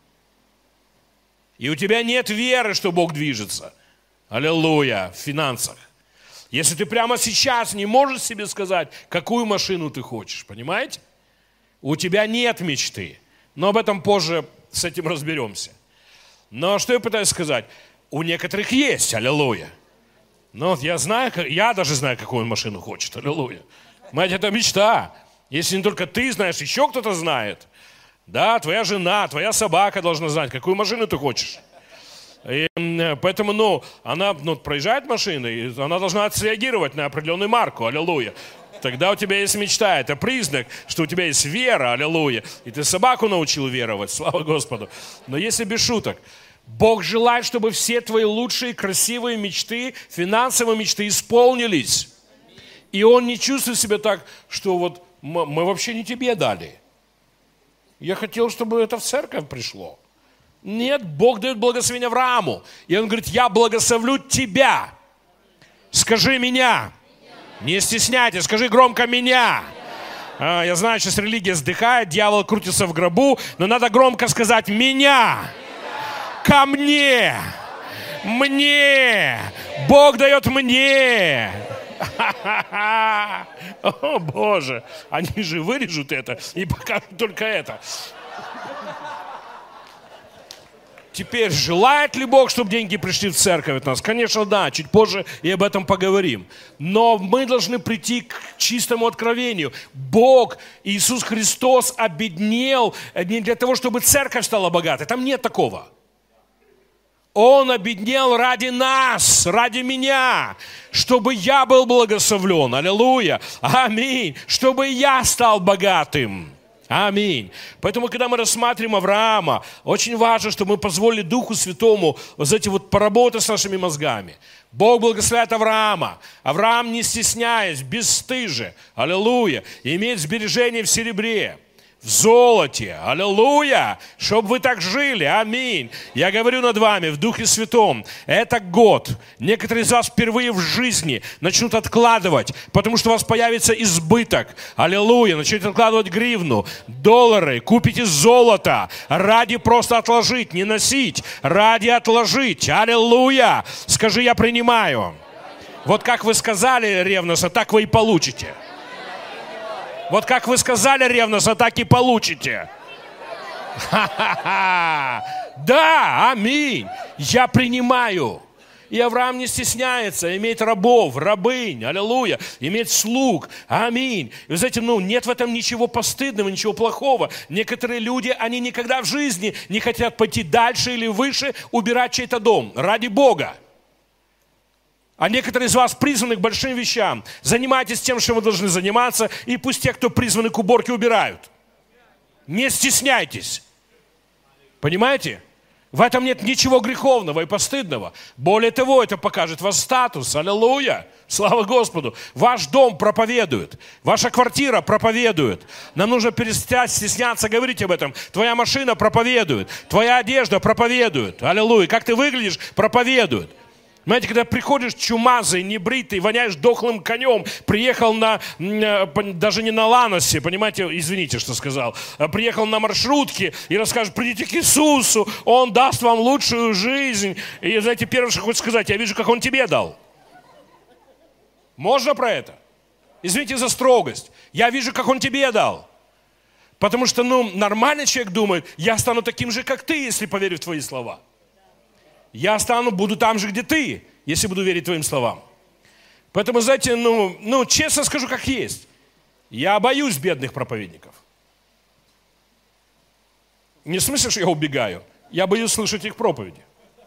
И у тебя нет веры, что Бог движется. Аллилуйя, в финансах. Если ты прямо сейчас не можешь себе сказать, какую машину ты хочешь, понимаете? У тебя нет мечты. Но об этом позже с этим разберемся. Но что я пытаюсь сказать? У некоторых есть, аллилуйя. Но я знаю, я даже знаю, какую он машину хочет, аллилуйя. Понимаете, это мечта. Если не только ты знаешь, еще кто-то знает. Да, твоя жена, твоя собака должна знать, какую машину ты хочешь. И поэтому, ну, она ну, проезжает машина, и она должна отреагировать на определенную марку, аллилуйя. Тогда у тебя есть мечта, это признак, что у тебя есть вера, аллилуйя. И ты собаку научил веровать, слава Господу. Но если без шуток, Бог желает, чтобы все твои лучшие, красивые мечты, финансовые мечты исполнились. И Он не чувствует себя так, что вот мы, мы вообще не тебе дали. Я хотел, чтобы это в церковь пришло. Нет, Бог дает благословение Аврааму. И Он говорит: я благословлю тебя. Скажи меня. Не стесняйтесь, скажи громко меня. А, я знаю, сейчас религия сдыхает, дьявол крутится в гробу, но надо громко сказать: меня. Ко мне. Мне. Бог дает мне. О, Боже, они же вырежут это и покажут только это. Теперь, желает ли Бог, чтобы деньги пришли в церковь от нас? Конечно, да, чуть позже и об этом поговорим. Но мы должны прийти к чистому откровению. Бог, Иисус Христос, обеднел не для того, чтобы церковь стала богатой. Там нет такого. Он обеднел ради нас, ради меня, чтобы я был благословлен. Аллилуйя. Аминь. Чтобы я стал богатым. Аминь. Поэтому, когда мы рассматриваем Авраама, очень важно, чтобы мы позволили Духу Святому вот эти вот поработать с нашими мозгами. Бог благословляет Авраама. Авраам, не стесняясь, бесстыже, аллилуйя, имеет сбережения в серебре, в золоте, аллилуйя, чтобы вы так жили, аминь. Я говорю над вами в Духе Святом, это год. Некоторые из вас впервые в жизни начнут откладывать, потому что у вас появится избыток, аллилуйя, начнете откладывать гривну, доллары, купите золото, ради просто отложить, не носить, ради отложить, аллилуйя. Скажи, я принимаю. Вот как вы сказали ревностно, так вы и получите. Вот как вы сказали ревностно, так и получите. Ха-ха-ха. Да, аминь. Я принимаю. И Авраам не стесняется, имеет рабов, рабынь, аллилуйя, имеет слуг, аминь. И вы знаете, ну, нет в этом ничего постыдного, ничего плохого. Некоторые люди, они никогда в жизни не хотят пойти дальше или выше, убирать чей-то дом ради Бога. А некоторые из вас призваны к большим вещам. Занимайтесь тем, чем вы должны заниматься, и пусть те, кто призваны к уборке, убирают. Не стесняйтесь. Понимаете? В этом нет ничего греховного и постыдного. Более того, это покажет ваш статус. Аллилуйя! Слава Господу! Ваш дом проповедует. Ваша квартира проповедует. Нам нужно перестать стесняться говорить об этом. Твоя машина проповедует. Твоя одежда проповедует. Аллилуйя! Как ты выглядишь, проповедует. Знаете, когда приходишь чумазый, небритый, воняешь дохлым конем, приехал на, даже не на Ланосе, понимаете, извините, что сказал, приехал на маршрутке и расскажешь, придите к Иисусу, Он даст вам лучшую жизнь. И, знаете, первое, что хочешь сказать, я вижу, как Он тебе дал. Можно про это? Извините за строгость. Я вижу, как Он тебе дал. Потому что, ну, нормальный человек думает, я стану таким же, как ты, если поверю в твои слова. Я стану, буду там же, где ты, если буду верить твоим словам. Поэтому, знаете, ну, ну, честно скажу, как есть. Я боюсь бедных проповедников. Не в смысле, что я убегаю. Я боюсь слышать их проповеди.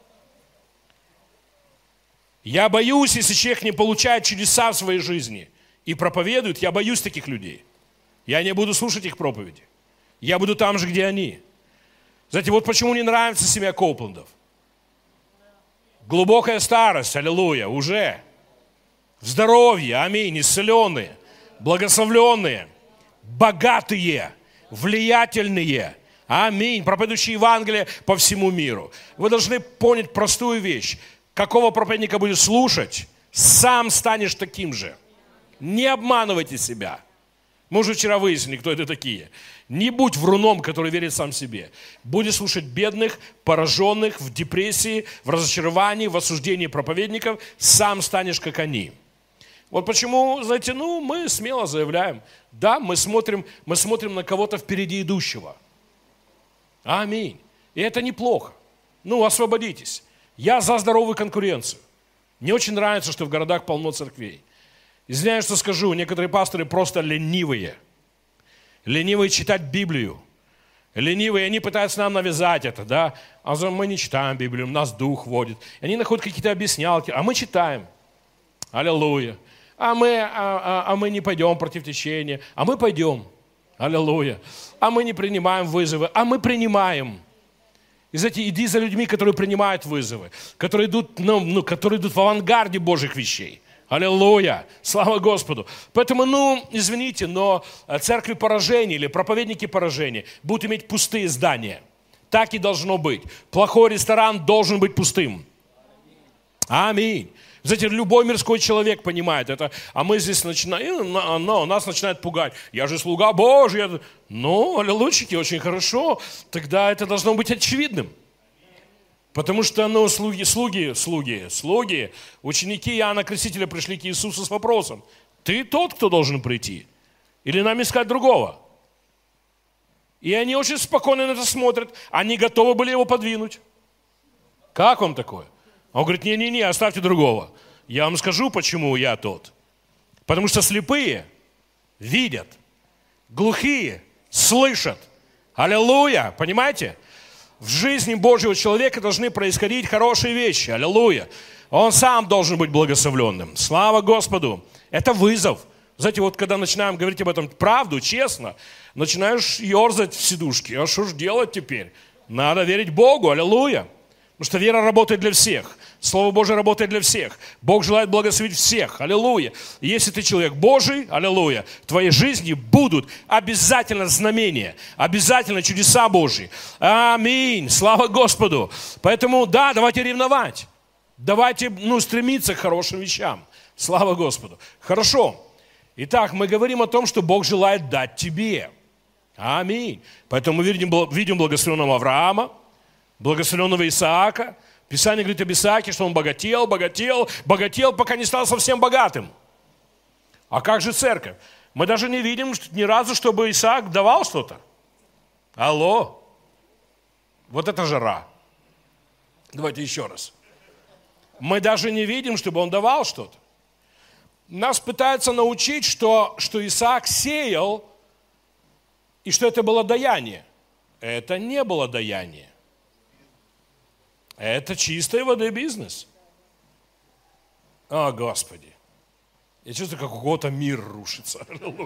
Я боюсь, если человек не получает чудеса в своей жизни и проповедует, я боюсь таких людей. Я не буду слушать их проповеди. Я буду там же, где они. Знаете, вот почему не нравится семья Коуплендов. Глубокая старость, аллилуйя, уже. В здоровье, аминь, исцеленные, благословленные, богатые, влиятельные, аминь, проповедующие Евангелие по всему миру. Вы должны понять простую вещь. Какого проповедника будешь слушать, сам станешь таким же. Не обманывайте себя. Мы уже вчера выяснили, кто это такие. Не будь вруном, который верит сам себе. Будешь слушать бедных, пораженных, в депрессии, в разочаровании, в осуждении проповедников. Сам станешь, как они. Вот почему, знаете, ну, мы смело заявляем. Да, мы смотрим, мы смотрим на кого-то впереди идущего. Аминь. И это неплохо. Ну, освободитесь. Я за здоровую конкуренцию. Мне очень нравится, что в городах полно церквей. Извиняюсь, что скажу, некоторые пасторы просто ленивые. Ленивые читать Библию. Ленивые, они пытаются нам навязать это, да. А мы не читаем Библию, нас дух водит. Они находят какие-то объяснялки, а мы читаем. Аллилуйя. А мы, а, а, а мы не пойдем против течения, а мы пойдем. Аллилуйя. А мы не принимаем вызовы, а мы принимаем. И, знаете, иди за людьми, которые принимают вызовы, которые идут, ну, ну, которые идут в авангарде Божьих вещей. Аллилуйя! Слава Господу! Поэтому, ну, извините, но церкви поражения или проповедники поражения будут иметь пустые здания. Так и должно быть. Плохой ресторан должен быть пустым. Аминь. Знаете, любой мирской человек понимает это. А мы здесь начинаем, но нас начинает пугать. Я же слуга Божий. Ну, аллилуйчики, очень хорошо. Тогда это должно быть очевидным. Потому что, ну, слуги, слуги, слуги, слуги, ученики Иоанна Крестителя пришли к Иисусу с вопросом: ты тот, кто должен прийти? Или нам искать другого? И они очень спокойно на это смотрят. Они готовы были его подвинуть. Как вам такое? А он говорит: не-не-не, оставьте другого. Я вам скажу, почему я тот. Потому что слепые видят, глухие слышат. Аллилуйя, понимаете? В жизни Божьего человека должны происходить хорошие вещи. Аллилуйя. Он сам должен быть благословленным. Слава Господу. Это вызов. Знаете, вот когда начинаем говорить об этом правду, честно, начинаешь ерзать в сидушке. А что ж делать теперь? Надо верить Богу. Аллилуйя. Потому что вера работает для всех. Слово Божие работает для всех. Бог желает благословить всех. Аллилуйя. Если ты человек Божий, аллилуйя, в твоей жизни будут обязательно знамения, обязательно чудеса Божьи. Аминь. Слава Господу. Поэтому, да, давайте ревновать. Давайте, ну, стремиться к хорошим вещам. Слава Господу. Хорошо. Итак, мы говорим о том, что Бог желает дать тебе. Аминь. Поэтому мы видим, видим благословенного Авраама, благословенного Исаака. Писание говорит об Исааке, что он богател, богател, богател, пока не стал совсем богатым. А как же церковь? Мы даже не видим ни разу, чтобы Исаак давал что-то. Алло. Вот это жара. Давайте еще раз. Мы даже не видим, чтобы он давал что-то. Нас пытаются научить, что, что Исаак сеял, и что это было даяние. Это не было даяние. Это чистой воды бизнес. О, Господи. Я чувствую, как у кого-то мир рушится.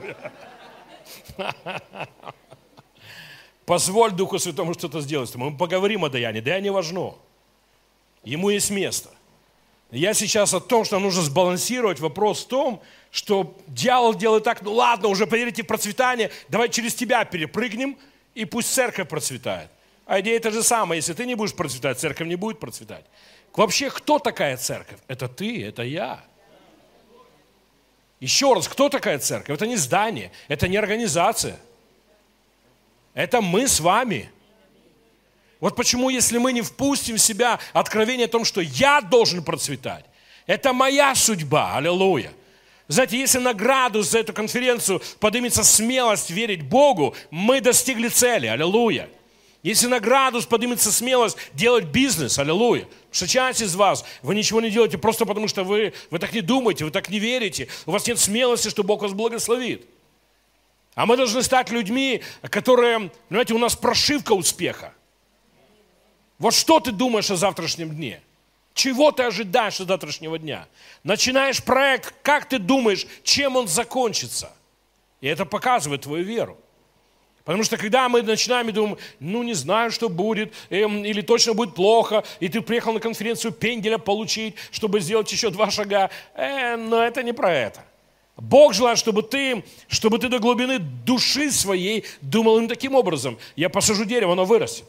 Позволь Духу Святому что-то сделать. Мы поговорим о даянии. Даяние важно. Ему есть место. Я сейчас о том, что нам нужно сбалансировать вопрос в том, что дьявол делает так, ну ладно, уже поверите в процветание, давай через тебя перепрыгнем, и пусть церковь процветает. А идея та же самая. Если ты не будешь процветать, церковь не будет процветать. Вообще, кто такая церковь? Это ты, это я. Еще раз, кто такая церковь? Это не здание, это не организация. Это мы с вами. Вот почему, если мы не впустим в себя откровение о том, что я должен процветать, это моя судьба, аллилуйя. Знаете, если на градус за эту конференцию поднимется смелость верить Богу, мы достигли цели, аллилуйя. Если на градус поднимется смелость делать бизнес, аллилуйя. Потому что часть из вас, вы ничего не делаете просто потому, что вы, вы так не думаете, вы так не верите. У вас нет смелости, что Бог вас благословит. А мы должны стать людьми, которые, знаете, у нас прошивка успеха. Вот что ты думаешь о завтрашнем дне? Чего ты ожидаешь от завтрашнего дня? Начинаешь проект, как ты думаешь, чем он закончится? И это показывает твою веру. Потому что когда мы начинаем и думаем, ну не знаю, что будет, эм, или точно будет плохо, и ты приехал на конференцию пенделя получить, чтобы сделать еще два шага, э, но это не про это. Бог желает, чтобы ты, чтобы ты до глубины души своей думал им таким образом. Я посажу дерево, оно вырастет.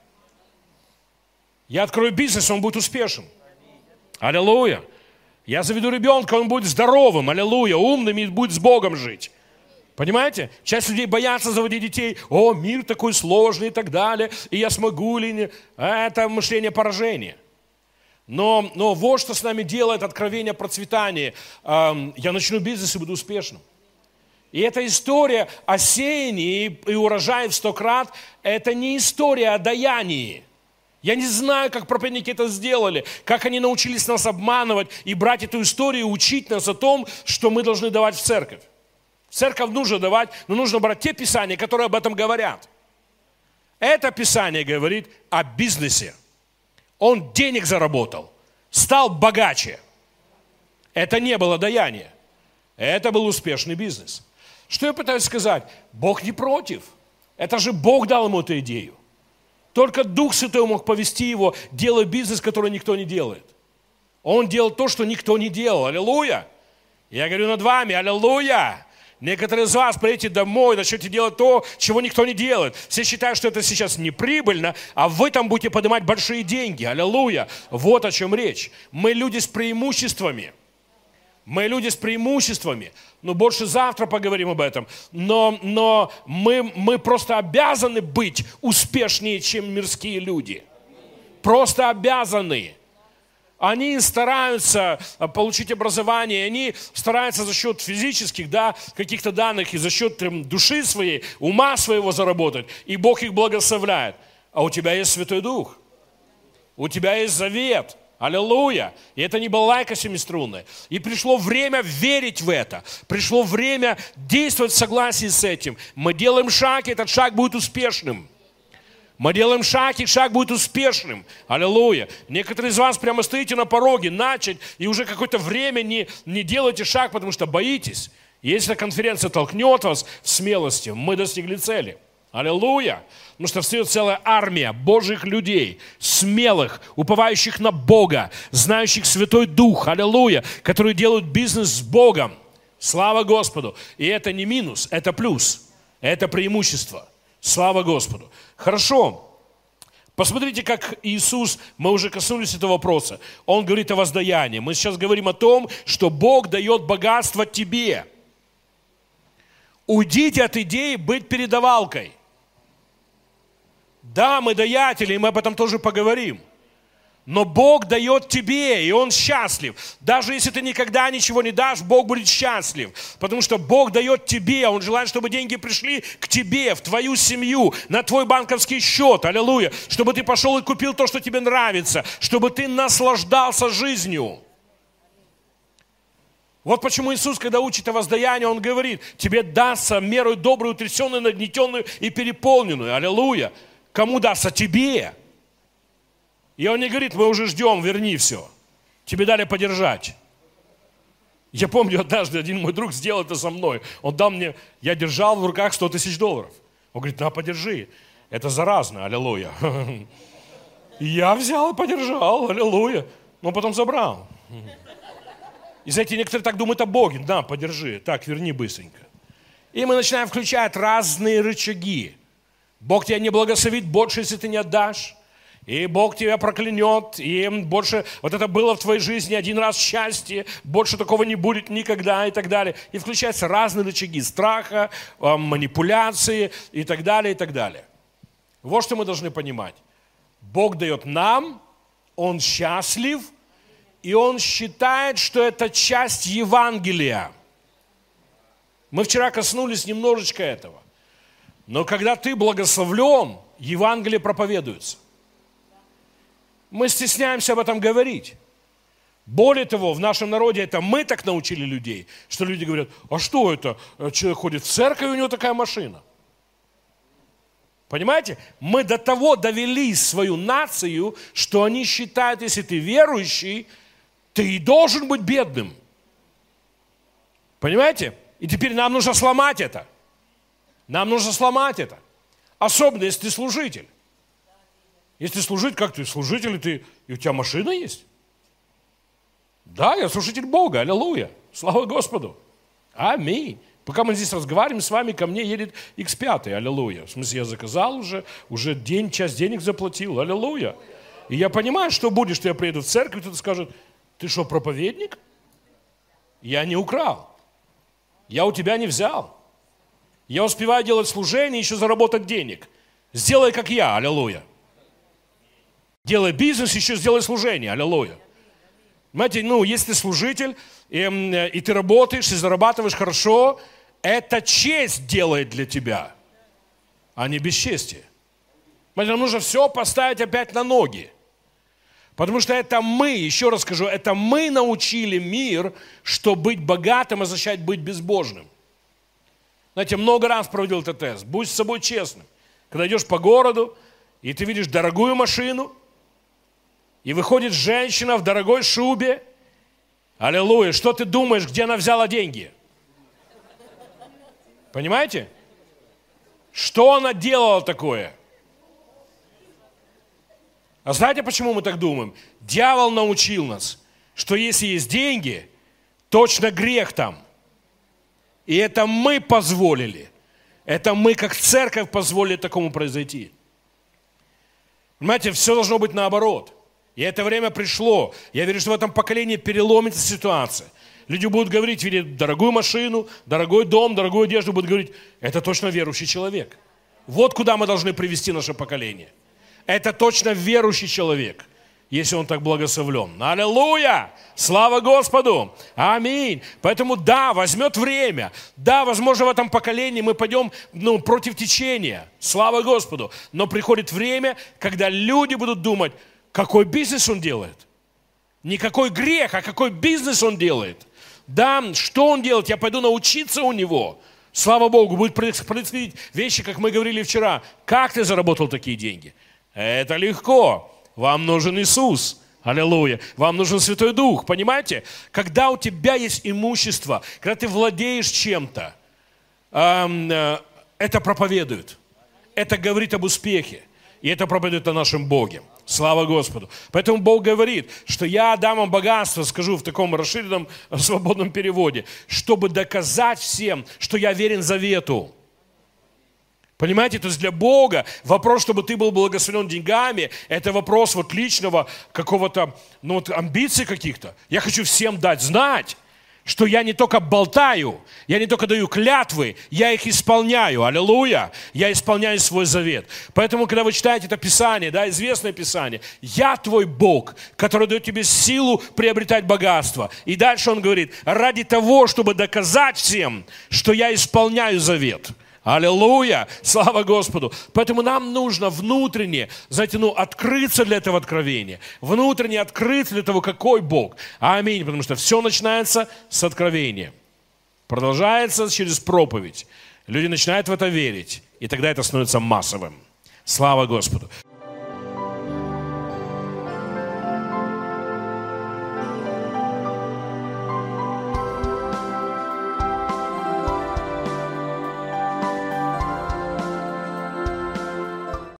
Я открою бизнес, он будет успешен. Аллилуйя. Я заведу ребенка, он будет здоровым, аллилуйя, умным и будет с Богом жить. Понимаете? Часть людей боятся заводить детей. О, мир такой сложный и так далее. И я смогу или не. Это мышление поражения. Но, но вот что с нами делает откровение процветания. Я начну бизнес и буду успешным. И эта история о сеянии и урожае в сто крат, это не история о даянии. Я не знаю, как проповедники это сделали, как они научились нас обманывать и брать эту историю и учить нас о том, что мы должны давать в церковь. В церковь нужно давать, но нужно брать те писания, которые об этом говорят. Это писание говорит о бизнесе. Он денег заработал, стал богаче. Это не было даяние. Это был успешный бизнес. Что я пытаюсь сказать? Бог не против. Это же Бог дал ему эту идею. Только Дух Святой мог повести его, делая бизнес, который никто не делает. Он делал то, что никто не делал. Аллилуйя. Я говорю над вами, аллилуйя. Некоторые из вас приедете домой, начнете делать то, чего никто не делает. Все считают, что это сейчас не прибыльно, а вы там будете поднимать большие деньги. Аллилуйя. Вот о чем речь. Мы люди с преимуществами. Мы люди с преимуществами. Но больше завтра поговорим об этом. Но, но мы, мы просто обязаны быть успешнее, чем мирские люди. Просто обязаны. Они стараются получить образование, они стараются за счет физических, да, каких-то данных и за счет там, души своей, ума своего заработать. И Бог их благословляет. А у тебя есть Святой Дух. У тебя есть завет. Аллилуйя. И это не балалайка семиструнная. И пришло время верить в это. Пришло время действовать в согласии с этим. Мы делаем шаг, и этот шаг будет успешным. Мы делаем шаг, и шаг будет успешным. Аллилуйя. Некоторые из вас прямо стоите на пороге, начать, и уже какое-то время не, не делаете шаг, потому что боитесь. Если конференция толкнет вас в смелости, мы достигли цели. Аллилуйя. Потому что встает целая армия Божьих людей, смелых, уповающих на Бога, знающих Святой Дух, аллилуйя, которые делают бизнес с Богом. Слава Господу. И это не минус, это плюс. Это преимущество. Слава Господу. Хорошо. Посмотрите, как Иисус, мы уже коснулись этого вопроса. Он говорит о воздаянии. Мы сейчас говорим о том, что Бог дает богатство тебе. Уйдите от идеи быть передавалкой. Да, мы даятели, и мы об этом тоже поговорим. Но Бог дает тебе, и Он счастлив. Даже если ты никогда ничего не дашь, Бог будет счастлив. Потому что Бог дает тебе, Он желает, чтобы деньги пришли к тебе, в твою семью, на твой банковский счет, аллилуйя. Чтобы ты пошел и купил то, что тебе нравится. Чтобы ты наслаждался жизнью. Вот почему Иисус, когда учит о воздаянии, Он говорит, тебе дастся меру добрую, утрясенную, нагнетенную и переполненную. Аллилуйя. Кому дастся? Тебе. И Он не говорит, мы уже ждем, верни все. Тебе дали подержать. Я помню, однажды один мой друг сделал это со мной. Он дал мне, я держал в руках сто тысяч долларов. Он говорит, на, подержи. Это заразно, аллилуйя. И я взял и подержал, аллилуйя. Но потом забрал. И знаете, некоторые так думают о Боге. Да, подержи. Так, верни быстренько. И мы начинаем включать разные рычаги. Бог тебя не благословит больше, если ты не отдашь. И Бог тебя проклянет, и больше, вот это было в твоей жизни один раз счастье, больше такого не будет никогда и так далее. И включаются разные рычаги страха, манипуляции и так далее, и так далее. Вот что мы должны понимать. Бог дает нам, Он счастлив, и Он считает, что это часть Евангелия. Мы вчера коснулись немножечко этого. Но когда ты благословлен, Евангелие проповедуется. Мы стесняемся об этом говорить. Более того, в нашем народе это мы так научили людей, что люди говорят, а что это? Человек ходит в церковь, у него такая машина. Понимаете? Мы до того довели свою нацию, что они считают, если ты верующий, ты и должен быть бедным. Понимаете? И теперь нам нужно сломать это. Нам нужно сломать это. Особенно, если ты служитель. Если служить, как ты служитель, и, ты, и у тебя машина есть? Да, я служитель Бога, аллилуйя. Слава Господу. Аминь. Пока мы здесь разговариваем с вами, ко мне едет икс пять, аллилуйя. В смысле, я заказал уже, уже день, часть денег заплатил, аллилуйя. И я понимаю, что будет, что я приеду в церковь, и кто-то скажет, ты что, проповедник? Я не украл. Я у тебя не взял. Я успеваю делать служение и еще заработать денег. Сделай, как я, аллилуйя. Делай бизнес, еще сделай служение, аллилуйя. Понимаете, ну, если ты служитель, и, и ты работаешь, и зарабатываешь хорошо, это честь делает для тебя, а не бесчестие. Понимаете, нам нужно все поставить опять на ноги. Потому что это мы, еще раз скажу, это мы научили мир, что быть богатым означает быть безбожным. Знаете, много раз проводил этот тест. Будь с собой честным. Когда идешь по городу, и ты видишь дорогую машину, и выходит женщина в дорогой шубе, аллилуйя, что ты думаешь, где она взяла деньги? Понимаете? Что она делала такое? А знаете, почему мы так думаем? Дьявол научил нас, что если есть деньги, точно грех там. И это мы позволили. Это мы, как церковь, позволили такому произойти. Понимаете, все должно быть наоборот. И это время пришло. Я верю, что в этом поколении переломится ситуация. Люди будут говорить, видят дорогую машину, дорогой дом, дорогую одежду, будут говорить, это точно верующий человек. Вот куда мы должны привести наше поколение. Это точно верующий человек, если он так благословлен. Аллилуйя! Слава Господу! Аминь! Поэтому да, возьмет время. Да, возможно, в этом поколении мы пойдем ну, против течения. Слава Господу! Но приходит время, когда люди будут думать, какой бизнес он делает. Не какой грех, а какой бизнес он делает. Да, что он делает? Я пойду научиться у него. Слава Богу, будут происходить вещи, как мы говорили вчера. Как ты заработал такие деньги? Это легко. Вам нужен Иисус. Аллилуйя. Вам нужен Святой Дух. Понимаете? Когда у тебя есть имущество, когда ты владеешь чем-то, это проповедует. Это говорит об успехе. И это проповедует о нашем Боге. Слава Господу. Поэтому Бог говорит, что я дам вам богатство, скажу в таком расширенном, свободном переводе, чтобы доказать всем, что я верен завету. Понимаете, то есть для Бога вопрос, чтобы ты был благословен деньгами, это вопрос вот личного какого-то, ну вот амбиций каких-то. Я хочу всем дать знать, что я не только болтаю, я не только даю клятвы, я их исполняю. Аллилуйя! Я исполняю свой завет. Поэтому, когда вы читаете это Писание, да, известное Писание, «Я твой Бог, который дает тебе силу приобретать богатство». И дальше он говорит, ради того, чтобы доказать всем, что я исполняю завет. Аллилуйя! Слава Господу! Поэтому нам нужно внутренне, знаете, ну, открыться для этого откровения. Внутренне открыться для того, какой Бог. Аминь. Потому что все начинается с откровения. Продолжается через проповедь. Люди начинают в это верить. И тогда это становится массовым. Слава Господу!